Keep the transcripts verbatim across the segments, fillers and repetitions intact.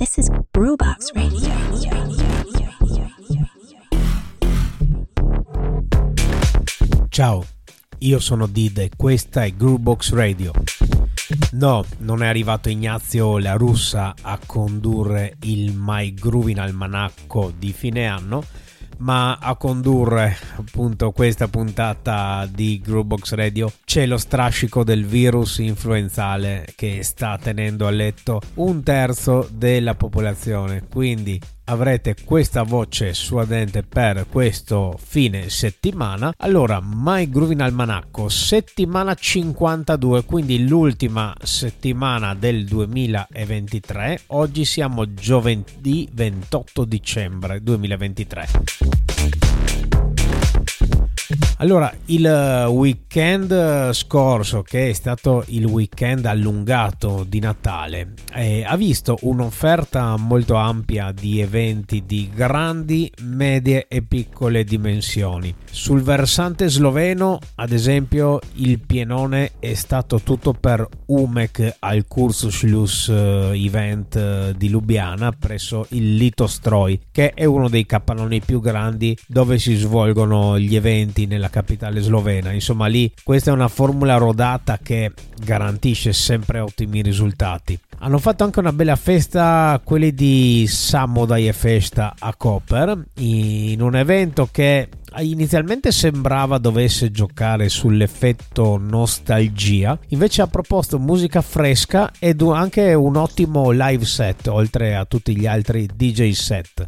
This is Groovebox Radio. Ciao, io sono Did e questa è Groovebox Radio. No, non è arrivato Ignazio La Russa a condurre il My Groovin' Almanacco di fine anno, ma a condurre appunto questa puntata di Groovebox Radio c'è lo strascico del virus influenzale che sta tenendo a letto un terzo della popolazione, quindi avrete questa voce suadente per questo fine settimana. Allora, My Groovin' Almanacco, settimana cinquantadue, quindi l'ultima settimana del duemilaventitré. Oggi siamo giovedì ventotto dicembre duemilaventitré. Allora, il weekend scorso, che è stato il weekend allungato di Natale, eh, ha visto un'offerta molto ampia di eventi di grandi, medie e piccole dimensioni. Sul versante sloveno, ad esempio, il pienone è stato tutto per U M E C al Kurzschluss event di Lubiana presso il Litostroj, che è uno dei capannoni più grandi dove si svolgono gli eventi nella capitale slovena. Insomma, lì questa è una formula rodata che garantisce sempre ottimi risultati. Hanno fatto anche una bella festa quelli di Samodai e Festa a Koper, in un evento che inizialmente sembrava dovesse giocare sull'effetto nostalgia, invece ha proposto musica fresca ed anche un ottimo live set, oltre a tutti gli altri D J set.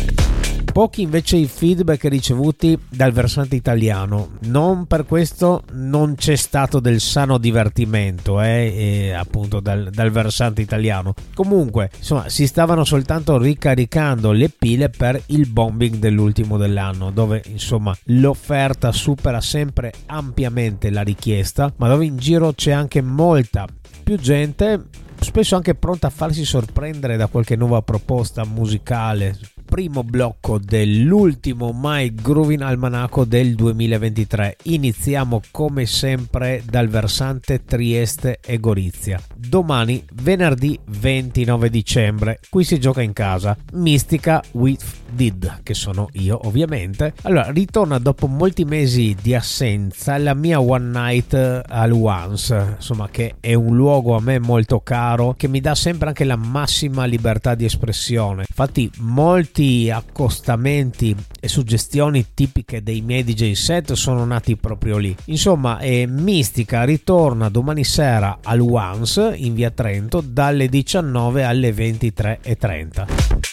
Pochi invece i feedback ricevuti dal versante italiano, non per questo non c'è stato del sano divertimento eh, e appunto dal, dal versante italiano. Comunque, insomma, si stavano soltanto ricaricando le pile per il bombing dell'ultimo dell'anno, dove insomma l'offerta supera sempre ampiamente la richiesta, ma dove in giro c'è anche molta più gente, spesso anche pronta a farsi sorprendere da qualche nuova proposta musicale. Primo blocco dell'ultimo My Groovin' Almanacco del duemilaventitré. Iniziamo come sempre dal versante Trieste e Gorizia. Domani, venerdì ventinove dicembre, qui si gioca in casa. Mystica with Did, che sono io ovviamente. Allora, ritorna dopo molti mesi di assenza la mia One Night al Once, insomma, che è un luogo a me molto caro, che mi dà sempre anche la massima libertà di espressione. Infatti molti accostamenti e suggestioni tipiche dei miei D J set sono nati proprio lì. Insomma, eh, Mystica ritorna domani sera al Once in via Trento dalle diciannove alle ventitré e trenta.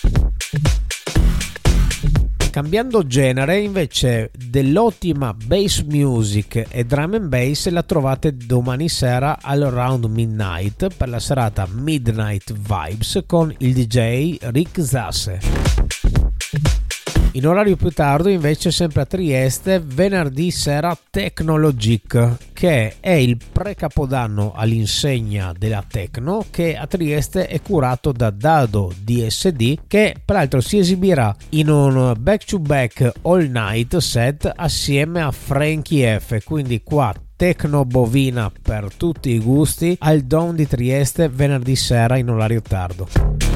Cambiando genere, invece, dell'ottima bass music e drum and bass la trovate domani sera al Around Midnight per la serata Midnight Vibes con il D J Rick Zasse. In orario più tardo, invece, sempre a Trieste, venerdì sera Technologic, che è il pre-capodanno all'insegna della techno, che a Trieste è curato da Dado D S D, che peraltro si esibirà in un back-to-back all-night set assieme a Frankie F, quindi qua techno bovina per tutti i gusti al Dome di Trieste venerdì sera in orario tardo.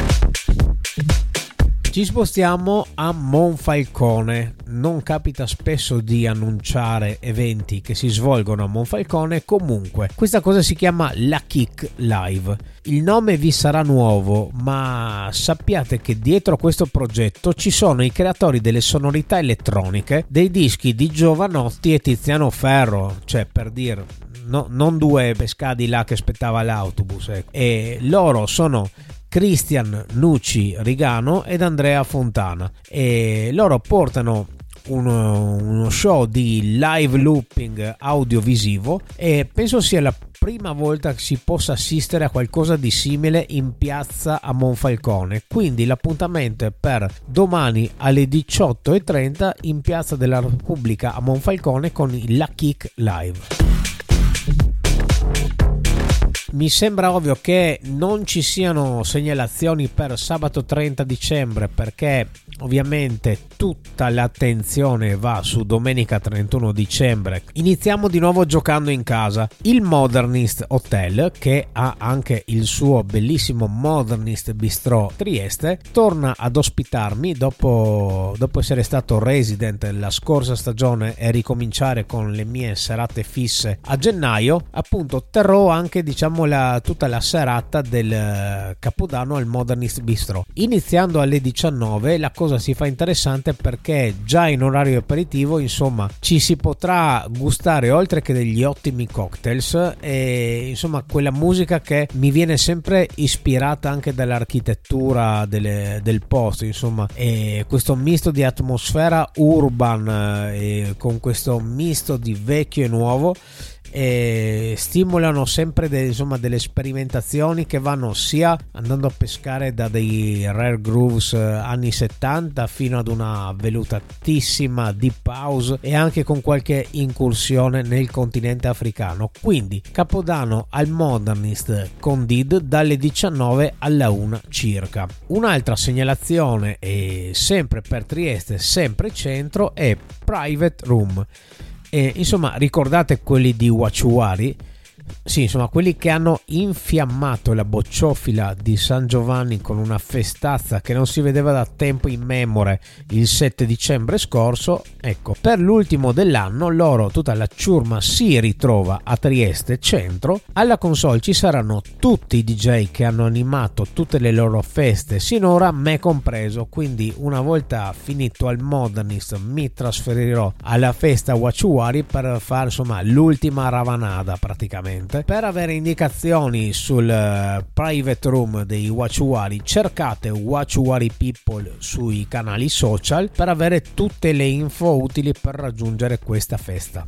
Ci spostiamo a Monfalcone. Non capita spesso di annunciare eventi che si svolgono a Monfalcone, comunque questa cosa si chiama La Kick Live. Il nome vi sarà nuovo, ma sappiate che dietro questo progetto ci sono i creatori delle sonorità elettroniche dei dischi di Giovanotti e Tiziano Ferro, cioè per dire, no, non due pescadi là che aspettava l'autobus, ecco. E loro sono Cristian Nucci Rigano ed Andrea Fontana, e loro portano uno, uno show di live looping audiovisivo e penso sia la prima volta che si possa assistere a qualcosa di simile in piazza a Monfalcone, quindi l'appuntamento è per domani alle diciotto e trenta in piazza della Repubblica a Monfalcone con il La Kick Live. Mi sembra ovvio che non ci siano segnalazioni per sabato trenta dicembre, perché ovviamente tutta l'attenzione va su domenica trentuno dicembre. Iniziamo di nuovo giocando in casa. Il Modernist Hotel, che ha anche il suo bellissimo Modernist Bistro Trieste, torna ad ospitarmi dopo, dopo essere stato resident la scorsa stagione e ricominciare con le mie serate fisse a gennaio. Appunto terrò anche diciamo la, tutta la serata del Capodanno al Modernist Bistro, iniziando alle diciannove. La cosa si fa interessante perché già in orario aperitivo insomma ci si potrà gustare, oltre che degli ottimi cocktails, e insomma quella musica che mi viene sempre ispirata anche dall'architettura delle, del posto, insomma, e questo misto di atmosfera urban e con questo misto di vecchio e nuovo, e stimolano sempre de, insomma, delle sperimentazioni che vanno sia andando a pescare da dei rare grooves eh, anni settanta fino ad una velutatissima deep house, e anche con qualche incursione nel continente africano. Quindi Capodanno al Modernist con Did dalle diciannove alla una circa. Un'altra segnalazione, e sempre per Trieste, sempre centro, è Private Room. E, insomma, ricordate quelli di Wachuari? Sì, insomma, quelli che hanno infiammato la bocciofila di San Giovanni con una festazza che non si vedeva da tempo immemore il sette dicembre scorso. Ecco, per l'ultimo dell'anno loro, tutta la ciurma, si ritrova a Trieste centro. Alla console ci saranno tutti i D J che hanno animato tutte le loro feste sinora, me compreso. Quindi una volta finito al Modernist mi trasferirò alla festa Wachuari per fare insomma l'ultima ravanada praticamente. Per avere indicazioni sul uh, private room dei Wachuari cercate Wachuari People sui canali social per avere tutte le info utili per raggiungere questa festa.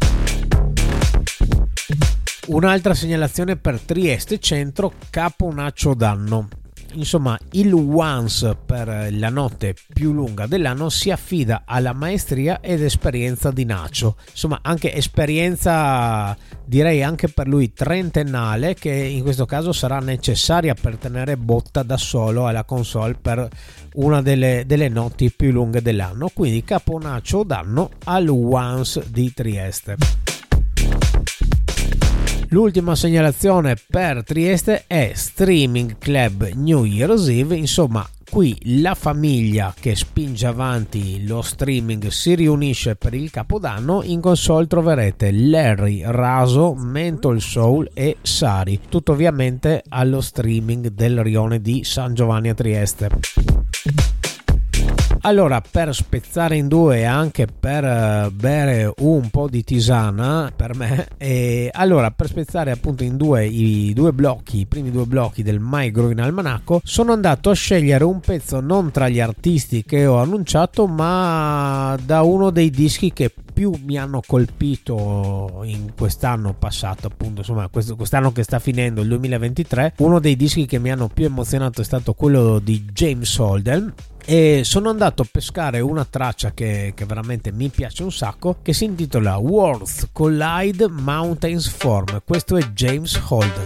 Un'altra segnalazione per Trieste centro: Caponaccio d'anno. Insomma, il once per la notte più lunga dell'anno si affida alla maestria ed esperienza di Nacho. Insomma, anche esperienza, direi anche per lui trentennale, che in questo caso sarà necessaria per tenere botta da solo alla console per una delle, delle notti più lunghe dell'anno. Quindi Caponaccio d'anno al once di Trieste. L'ultima segnalazione per Trieste è Streaming Club New Year's Eve. Insomma, qui la famiglia che spinge avanti lo streaming si riunisce per il Capodanno. In console troverete Larry, Raso, Mental Soul e Sari, tutto ovviamente allo streaming del rione di San Giovanni a Trieste. Allora, per spezzare in due e anche per uh, bere un po' di tisana per me, e allora per spezzare appunto in due i due blocchi, i primi due blocchi del My Groovin Almanacco, sono andato a scegliere un pezzo non tra gli artisti che ho annunciato, ma da uno dei dischi che più mi hanno colpito in quest'anno passato, appunto, insomma questo, quest'anno che sta finendo, il duemilaventitré. Uno dei dischi che mi hanno più emozionato è stato quello di James Holden, e sono andato a pescare una traccia che, che veramente mi piace un sacco, che si intitola Worlds Collide Mountains Form. Questo è James Holden.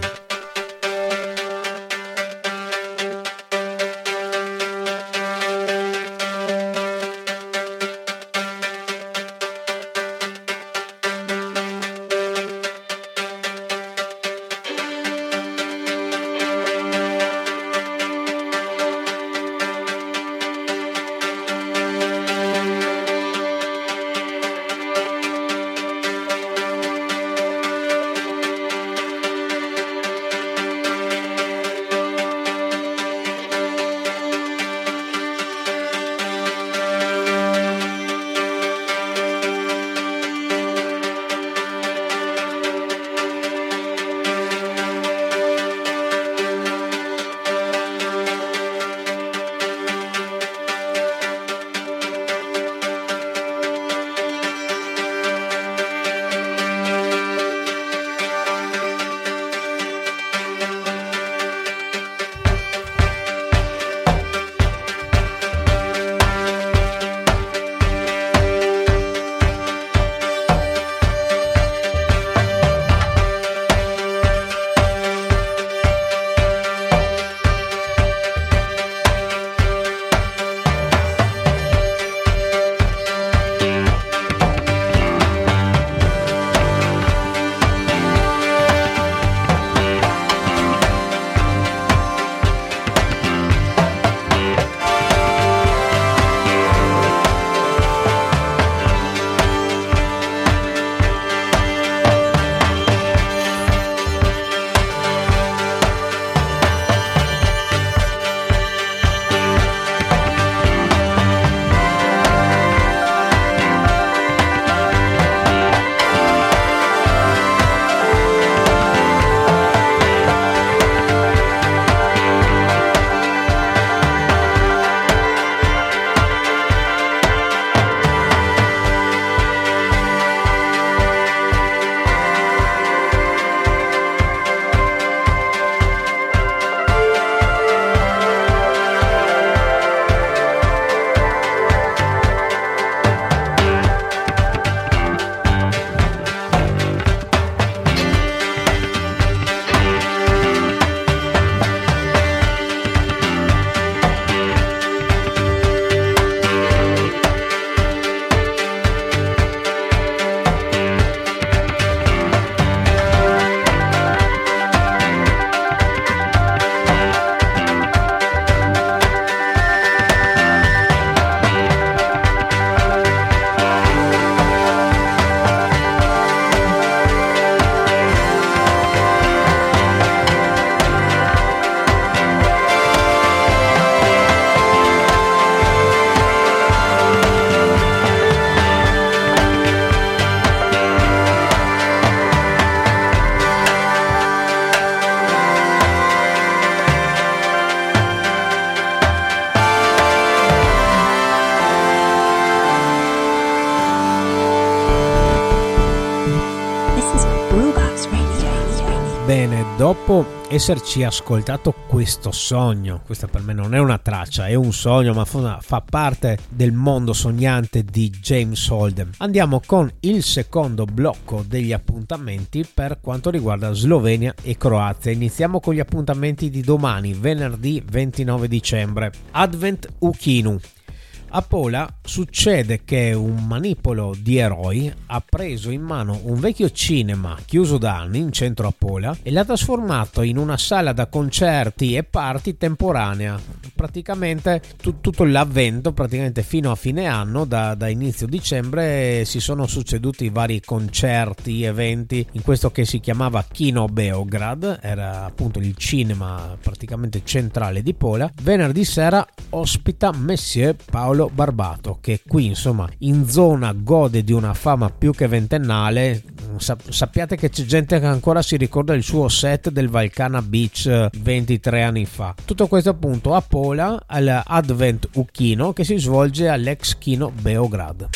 dopo esserci ascoltato questo sogno, questa per me non è una traccia, è un sogno, ma fa parte del mondo sognante di James Holden, andiamo con il secondo blocco degli appuntamenti per quanto riguarda Slovenia e Croazia. Iniziamo con gli appuntamenti di domani, venerdì ventinove dicembre. Advent u Kinu. A Pola succede che un manipolo di eroi ha preso in mano un vecchio cinema chiuso da anni in centro a Pola e l'ha trasformato in una sala da concerti e party temporanea. Praticamente t- tutto l'avvento, praticamente fino a fine anno, da, da inizio dicembre, si sono succeduti vari concerti, eventi in questo che si chiamava Kino Beograd, era appunto il cinema praticamente centrale di Pola. Venerdì sera ospita Monsieur Paolo Barbato, che qui insomma in zona gode di una fama più che ventennale. Sap- sappiate che c'è gente che ancora si ricorda il suo set del Valcana Beach ventitré anni fa. Tutto questo appunto a Pola all'Advent u Kino, che si svolge all'ex Kino Beograd.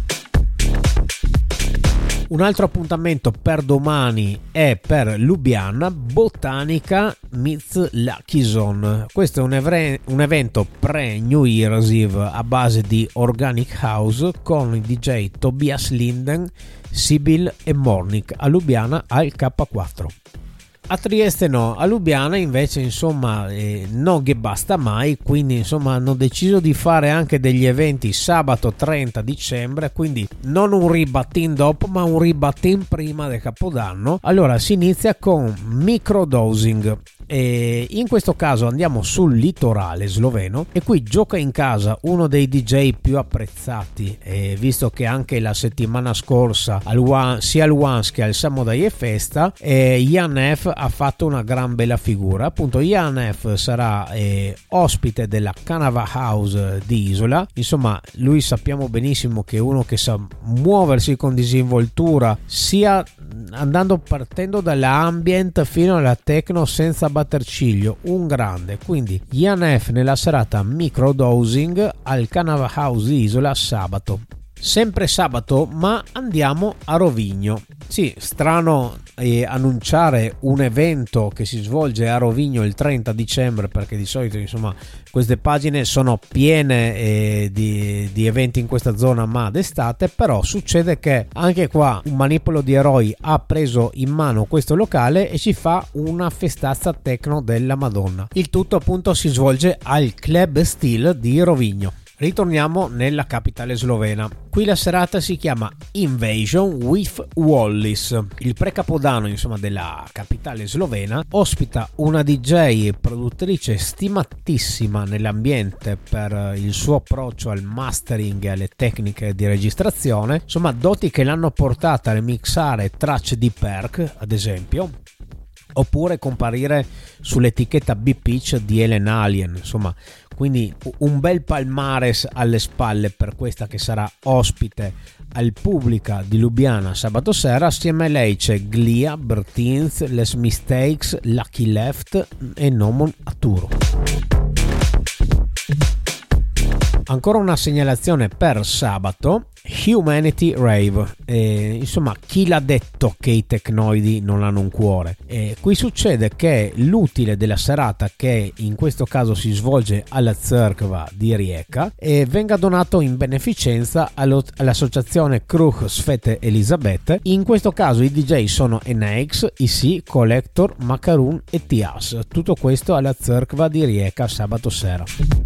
Un altro appuntamento per domani è per Lubiana, Botanica meets Lucky Zone. Questo è un, evre- un evento pre-New Year's Eve a base di Organic House con i D J Tobias Linden, Sibyl e Mornick a Lubiana al K quattro. A Trieste no, a Lubiana invece insomma eh, non che basta mai, quindi insomma hanno deciso di fare anche degli eventi sabato trenta dicembre, quindi non un ribattin dopo ma un ribattin prima del Capodanno. Allora si inizia con microdosing e in questo caso andiamo sul litorale sloveno e qui gioca in casa uno dei D J più apprezzati, e visto che anche la settimana scorsa al One, sia al Once che al Samodaie Festa eh, Jan F ha fatto una gran bella figura. Appunto Jan F sarà eh, ospite della Canava House di Isola. Insomma lui sappiamo benissimo che è uno che sa muoversi con disinvoltura, sia andando partendo dalla ambient fino alla techno senza batter ciglio, un grande. Quindi Jan F nella serata microdosing al Canava House di Isola sabato. Sempre sabato, ma andiamo a Rovigno. Sì, strano eh, annunciare un evento che si svolge a Rovigno il trenta dicembre, perché di solito insomma queste pagine sono piene eh, di, di eventi in questa zona, ma d'estate. Però succede che anche qua un manipolo di eroi ha preso in mano questo locale e ci fa una festazza techno della Madonna. Il tutto appunto si svolge al Club Steel di Rovigno. Ritorniamo nella capitale slovena. Qui la serata si chiama Invasion with Wallis. Il pre-capodanno insomma della capitale slovena ospita una D J produttrice stimatissima nell'ambiente per il suo approccio al mastering e alle tecniche di registrazione, insomma doti che l'hanno portata a remixare tracce di Perk ad esempio, oppure comparire sull'etichetta B-Pitch di Ellen Alien. Insomma, quindi un bel palmares alle spalle per questa che sarà ospite al Pubblica di Lubiana sabato sera. Assieme a lei c'è Glia, Bertins, Les Mistakes, Lucky Left e Nomon Aturo. Ancora una segnalazione per sabato, Humanity Rave. Eh, insomma, chi l'ha detto che i tecnoidi non hanno un cuore? Eh, qui succede che l'utile della serata, che in questo caso si svolge alla Cerkva di Rijeka, eh, venga donato in beneficenza allo, all'associazione Kruh Svete Elisabeth. In questo caso i D J sono Enex, I C, Collector, Macaroon e Tias. Tutto questo alla Cerkva di Rijeka sabato sera.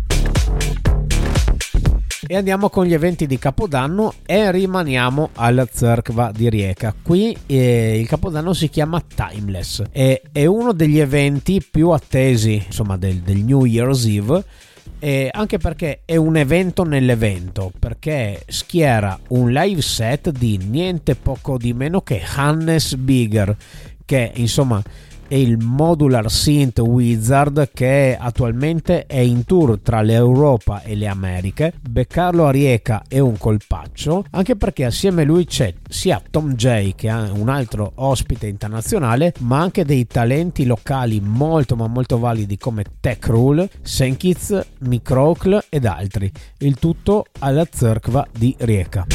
E andiamo con gli eventi di Capodanno e rimaniamo alla Cerkva di Rijeka. Qui eh, il Capodanno si chiama Timeless e è uno degli eventi più attesi insomma del, del New Year's Eve, eh, anche perché è un evento nell'evento, perché schiera un live set di niente poco di meno che Hannes Bigger, che insomma è il modular synth wizard che attualmente è in tour tra l'Europa e le Americhe. Beccarlo a Rijeka è un colpaccio, anche perché assieme a lui c'è sia Tom J, che è un altro ospite internazionale, ma anche dei talenti locali molto ma molto validi come Tech Rule, Senkiz, Microcle ed altri. Il tutto alla Cerkva di Rijeka.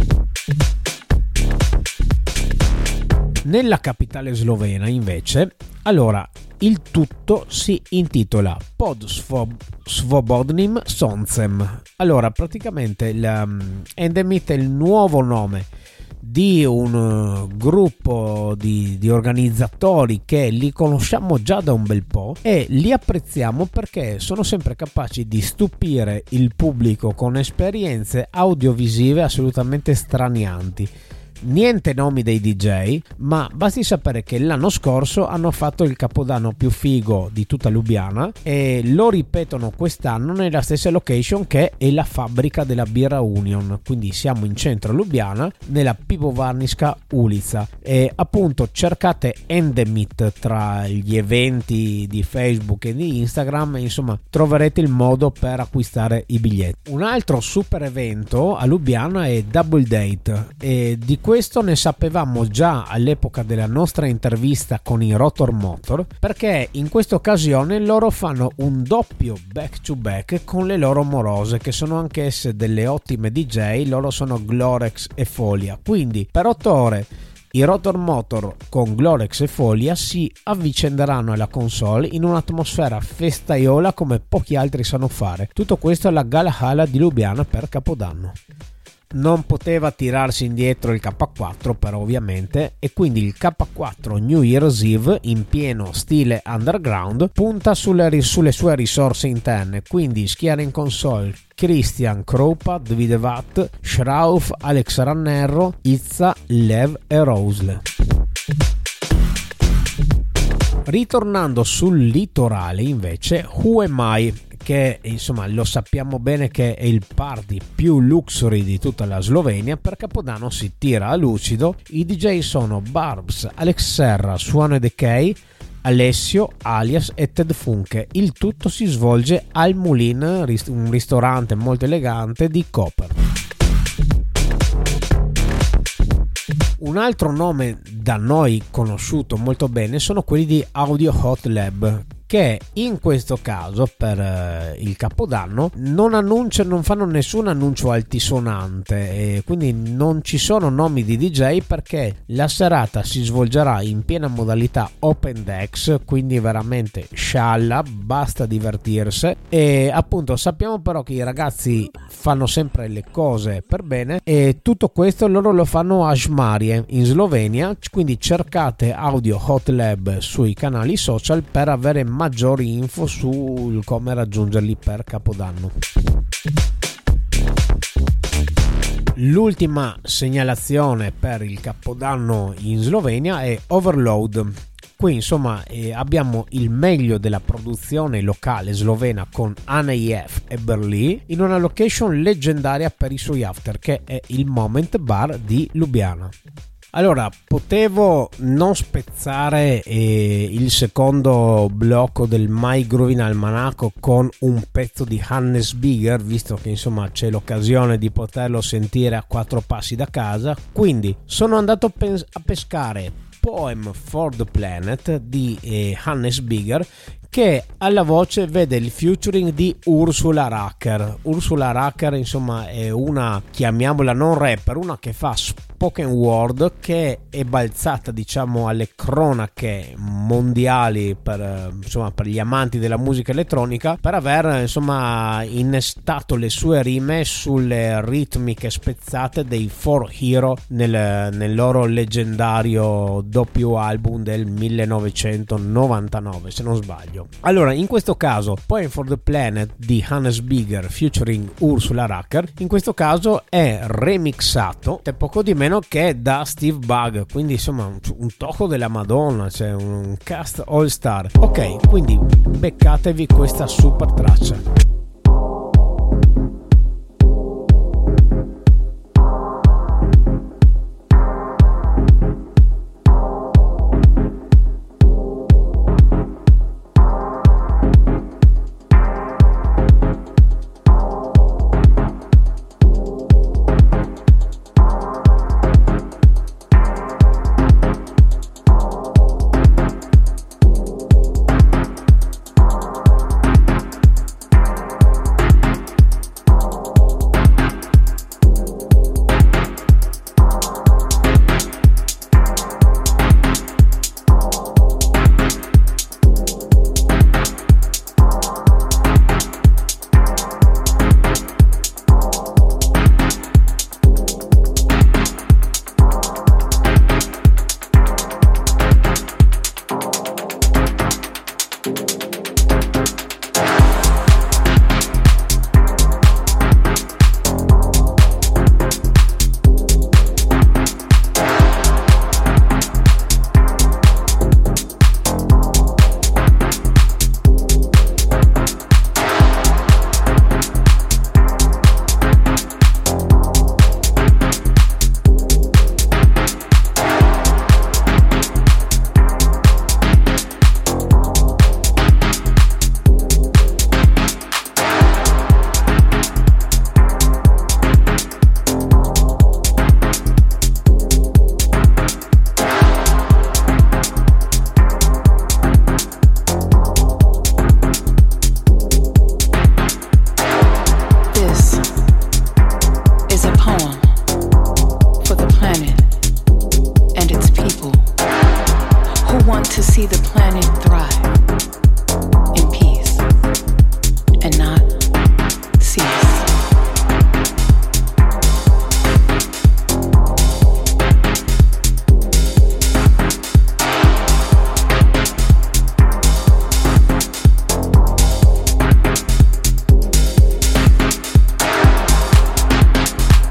Nella capitale slovena invece Allora, il tutto si intitola Pod Svobodnym Słońcem. Allora, praticamente il um, Endemit è il nuovo nome di un uh, gruppo di, di organizzatori che li conosciamo già da un bel po' e li apprezziamo perché sono sempre capaci di stupire il pubblico con esperienze audiovisive assolutamente stranianti. Niente nomi dei D J, ma basti sapere che l'anno scorso hanno fatto il capodanno più figo di tutta Lubiana e lo ripetono quest'anno nella stessa location che è la fabbrica della birra Union, quindi siamo in centro a Lubiana nella Pivovarniska ulica e appunto cercate Endemit tra gli eventi di Facebook e di Instagram e insomma troverete il modo per acquistare i biglietti. Un altro super evento a Lubiana è Double Date e di questo ne sapevamo già all'epoca della nostra intervista con i Rotor Motor, perché in questa occasione loro fanno un doppio back to back con le loro morose che sono anch'esse delle ottime D J. Loro sono Glorex e Folia, quindi per otto ore i Rotor Motor con Glorex e Folia si avvicenderanno alla console in un'atmosfera festaiola come pochi altri sanno fare. Tutto questo alla Gala Hala di Lubiana per Capodanno. Non poteva tirarsi indietro il K quattro però ovviamente, e quindi il K quattro New Year's Eve in pieno stile underground punta sulle, sulle sue risorse interne, quindi schiera in console Christian Kroupa, Davide Watt, Shrauf, Alex Rannerro, Izza, Lev e Rosle. Ritornando sul litorale invece, Who Am I, che insomma lo sappiamo bene che è il party più luxury di tutta la Slovenia, per Capodanno si tira a lucido. I D J sono Barbs, Alex Serra, Swan e Decay, Alessio, Alias e Ted Funke. Il tutto si svolge al Moulin, un ristorante molto elegante di Koper. Un altro nome da noi conosciuto molto bene sono quelli di Audio Hot Lab, che in questo caso per eh, il Capodanno non annunciano, non fanno nessun annuncio altisonante e quindi non ci sono nomi di D J, perché la serata si svolgerà in piena modalità Open Decks, quindi veramente scialla, basta divertirsi. E appunto sappiamo però che i ragazzi fanno sempre le cose per bene e tutto questo loro lo fanno a Žmarje in Slovenia, quindi cercate Audio Hot Lab sui canali social per avere maggiori info su come raggiungerli per Capodanno. L'ultima segnalazione per il Capodanno in Slovenia è Overload. Qui insomma eh, abbiamo il meglio della produzione locale slovena con A N I F e Berlì in una location leggendaria per i suoi after, che è il Moment Bar di Lubiana. Allora, potevo non spezzare eh, il secondo blocco del My Groovin Almanacco con un pezzo di Hannes Bigger, visto che insomma c'è l'occasione di poterlo sentire a quattro passi da casa, quindi sono andato a, pes- a pescare Poem for the Planet di eh, Hannes Bigger, che alla voce vede il featuring di Ursula Racker. Ursula Racker insomma è una, chiamiamola non rapper, una che fa spoken word, che è balzata diciamo alle cronache mondiali per, insomma, per gli amanti della musica elettronica, per aver insomma innestato le sue rime sulle ritmiche spezzate dei Four Hero nel, nel loro leggendario doppio album del millenovecentonovantanove se non sbaglio. Allora, in questo caso Poem for the Planet di Hannes Bigger featuring Ursula Racker, in questo caso è remixato e poco di meno che da Steve Bug, quindi insomma un, un tocco della Madonna, cioè un cast all star. Ok, quindi beccatevi questa super traccia.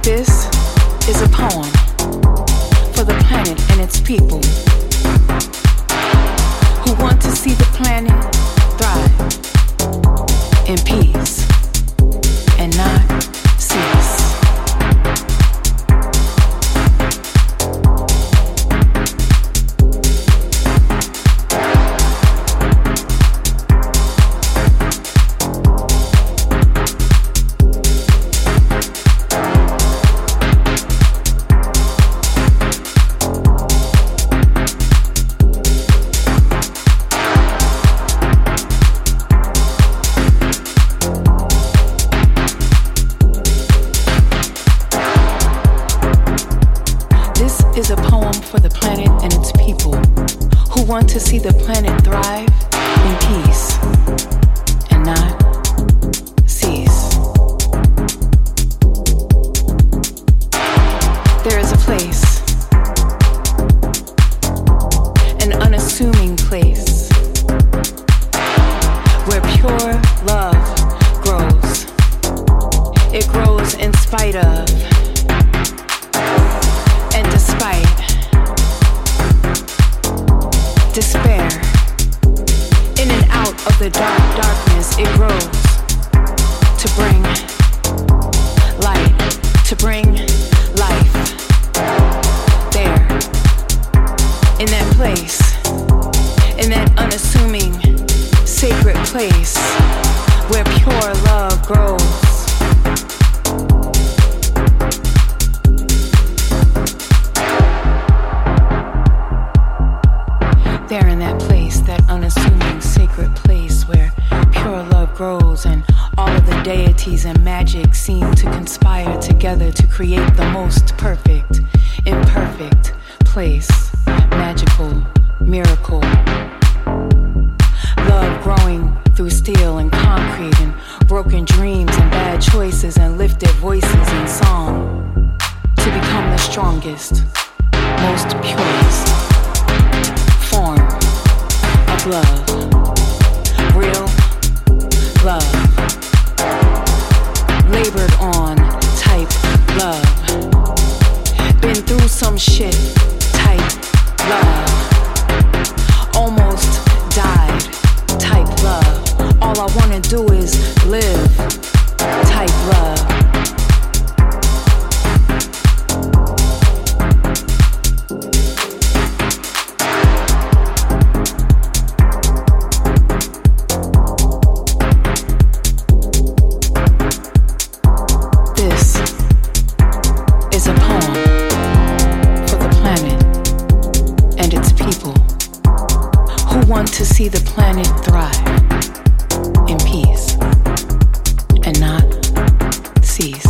This is a poem for the planet and its people who want to see the planet thrive in peace and not cease. Is a poem for the planet and its people who want to see the planet thrive in peace and not cease. There is a place, an unassuming place, where pure love grows. It grows in spite of despair. In and out of the dark darkness, it grows to bring light, to bring life. There, in that place, in that unassuming, sacred place where pure love grows. There in that place, that unassuming sacred place where pure love grows and all of the deities and magic seem to conspire together to create the most perfect, imperfect place, magical, miracle. Love growing through steel and concrete and broken dreams and bad choices and lifted voices in song to become the strongest, most purest form of love, real love, labored on type love, been through some shit type love, almost died type love, all I wanna do is live type love. To see the planet thrive in peace and not cease.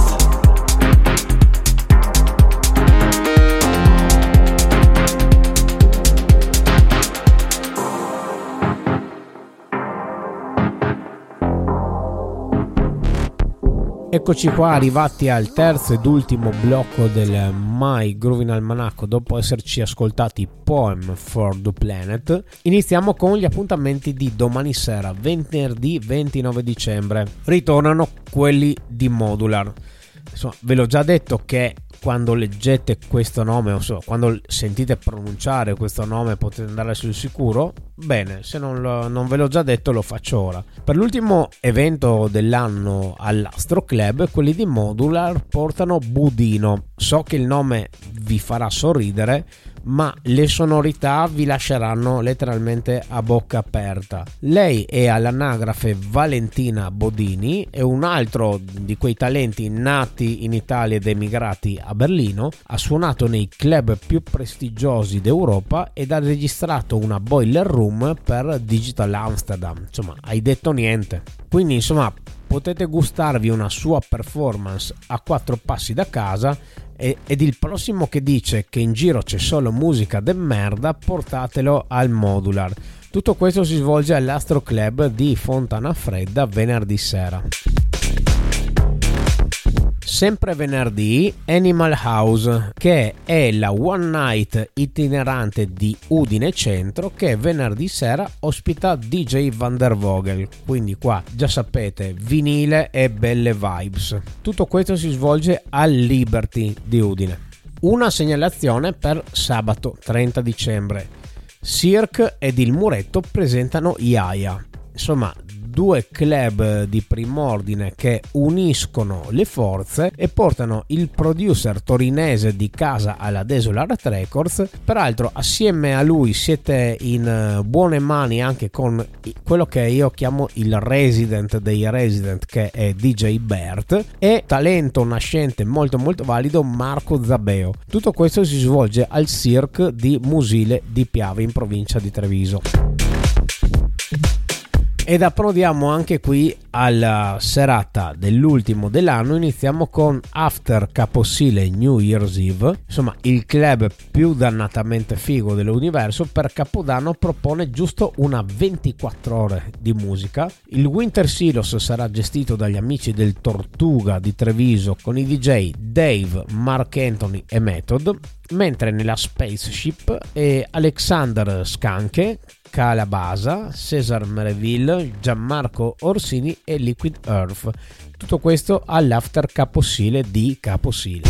Eccoci qua arrivati al terzo ed ultimo blocco del My Groovin' Almanacco. Dopo esserci ascoltati Poem for the Planet, iniziamo con gli appuntamenti di domani sera, venerdì ventinove dicembre. Ritornano quelli di Modular. Insomma, ve l'ho già detto che quando leggete questo nome, o so, quando sentite pronunciare questo nome, potete andare sul sicuro. Bene, se non, lo, non ve l'ho già detto, lo faccio ora. Per l'ultimo evento dell'anno all'Astro Club, quelli di Modular portano Budino. So che il nome vi farà sorridere, ma le sonorità vi lasceranno letteralmente a bocca aperta. Lei è all'anagrafe Valentina Bodini, è un altro di quei talenti nati in Italia ed emigrati a Berlino. Ha suonato nei club più prestigiosi d'Europa ed ha registrato una boiler room per Digital Amsterdam. Insomma, hai detto niente. Quindi, insomma, potete gustarvi una sua performance a quattro passi da casa. Ed il prossimo che dice che in giro c'è solo musica de merda, portatelo al Modular. Tutto questo si svolge all'Astro Club di Fontana Fredda venerdì sera. Sempre venerdì Animal House, che è la one night itinerante di Udine Centro, che venerdì sera ospita D J Van der Vogel, quindi qua già sapete, vinile e belle vibes. Tutto questo si svolge al Liberty di Udine. Una segnalazione per sabato trenta dicembre: Cirque ed il Muretto presentano Iaia, insomma due club di prim'ordine che uniscono le forze e portano il producer torinese di casa alla Desolate Records. Peraltro assieme a lui siete in buone mani anche con quello che io chiamo il resident dei resident, che è D J Bert, e talento nascente molto molto valido Marco Zabeo. Tutto questo si svolge al Cirque di Musile di Piave in provincia di Treviso. Ed approdiamo anche qui alla serata dell'ultimo dell'anno. Iniziamo con After Caposile New Year's Eve, insomma il club più dannatamente figo dell'universo. Per Capodanno propone giusto una ventiquattro ore di musica. Il Winter Silos sarà gestito dagli amici del Tortuga di Treviso con i D J Dave, Mark Anthony e Method, mentre nella Spaceship è Alexander Skanke, Calabasa, Cesar Mereville, Gianmarco Orsini e Liquid Earth. Tutto questo all'After Caposile di Caposile.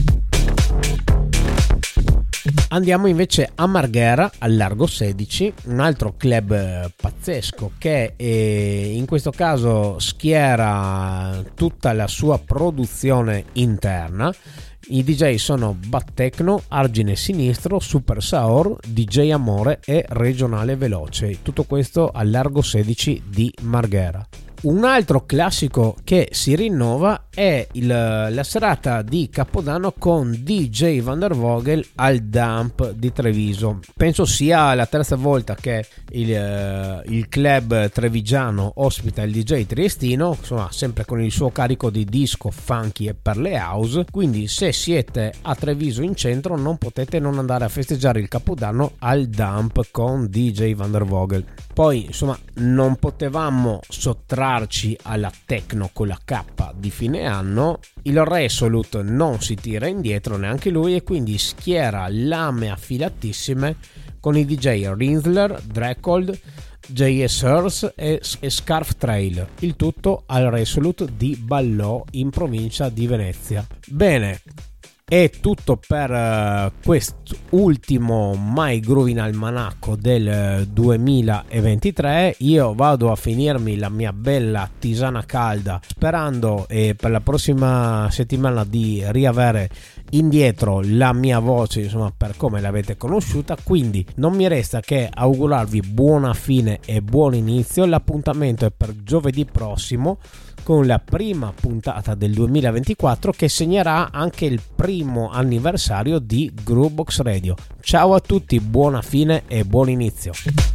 Andiamo invece a Marghera, al Largo sedici, un altro club pazzesco che eh, in questo caso schiera tutta la sua produzione interna. I D J sono Battecno, Argine Sinistro, Super Saor, D J Amore e Regionale Veloce. Tutto questo al Largo sedici di Marghera. Un altro classico che si rinnova è il, la serata di Capodanno con D J Van der Vogel al Dump di Treviso. Penso sia la terza volta che il, il club trevigiano ospita il D J triestino, insomma sempre con il suo carico di disco, funky e perle house. Quindi se siete a Treviso in centro non potete non andare a festeggiare il Capodanno al Dump con D J Van der Vogel. Poi insomma non potevamo sottrarci alla techno con la K di fine anno. Il Resolute non si tira indietro neanche lui e quindi schiera lame affilatissime con i D J Rinsler, Drecold, J S Earth e, e Scarf Trail, il tutto al Resolute di Ballò in provincia di Venezia. Bene, è tutto per uh, quest'ultimo My Groovin' Almanacco del duemilaventitré. Io vado a finirmi la mia bella tisana calda, sperando eh, per la prossima settimana di riavere indietro la mia voce, insomma, per come l'avete conosciuta. Quindi non mi resta che augurarvi buona fine e buon inizio. L'appuntamento è per giovedì prossimo con la prima puntata del duemilaventiquattro, che segnerà anche il primo anniversario di Groovebox Radio. Ciao a tutti, buona fine e buon inizio.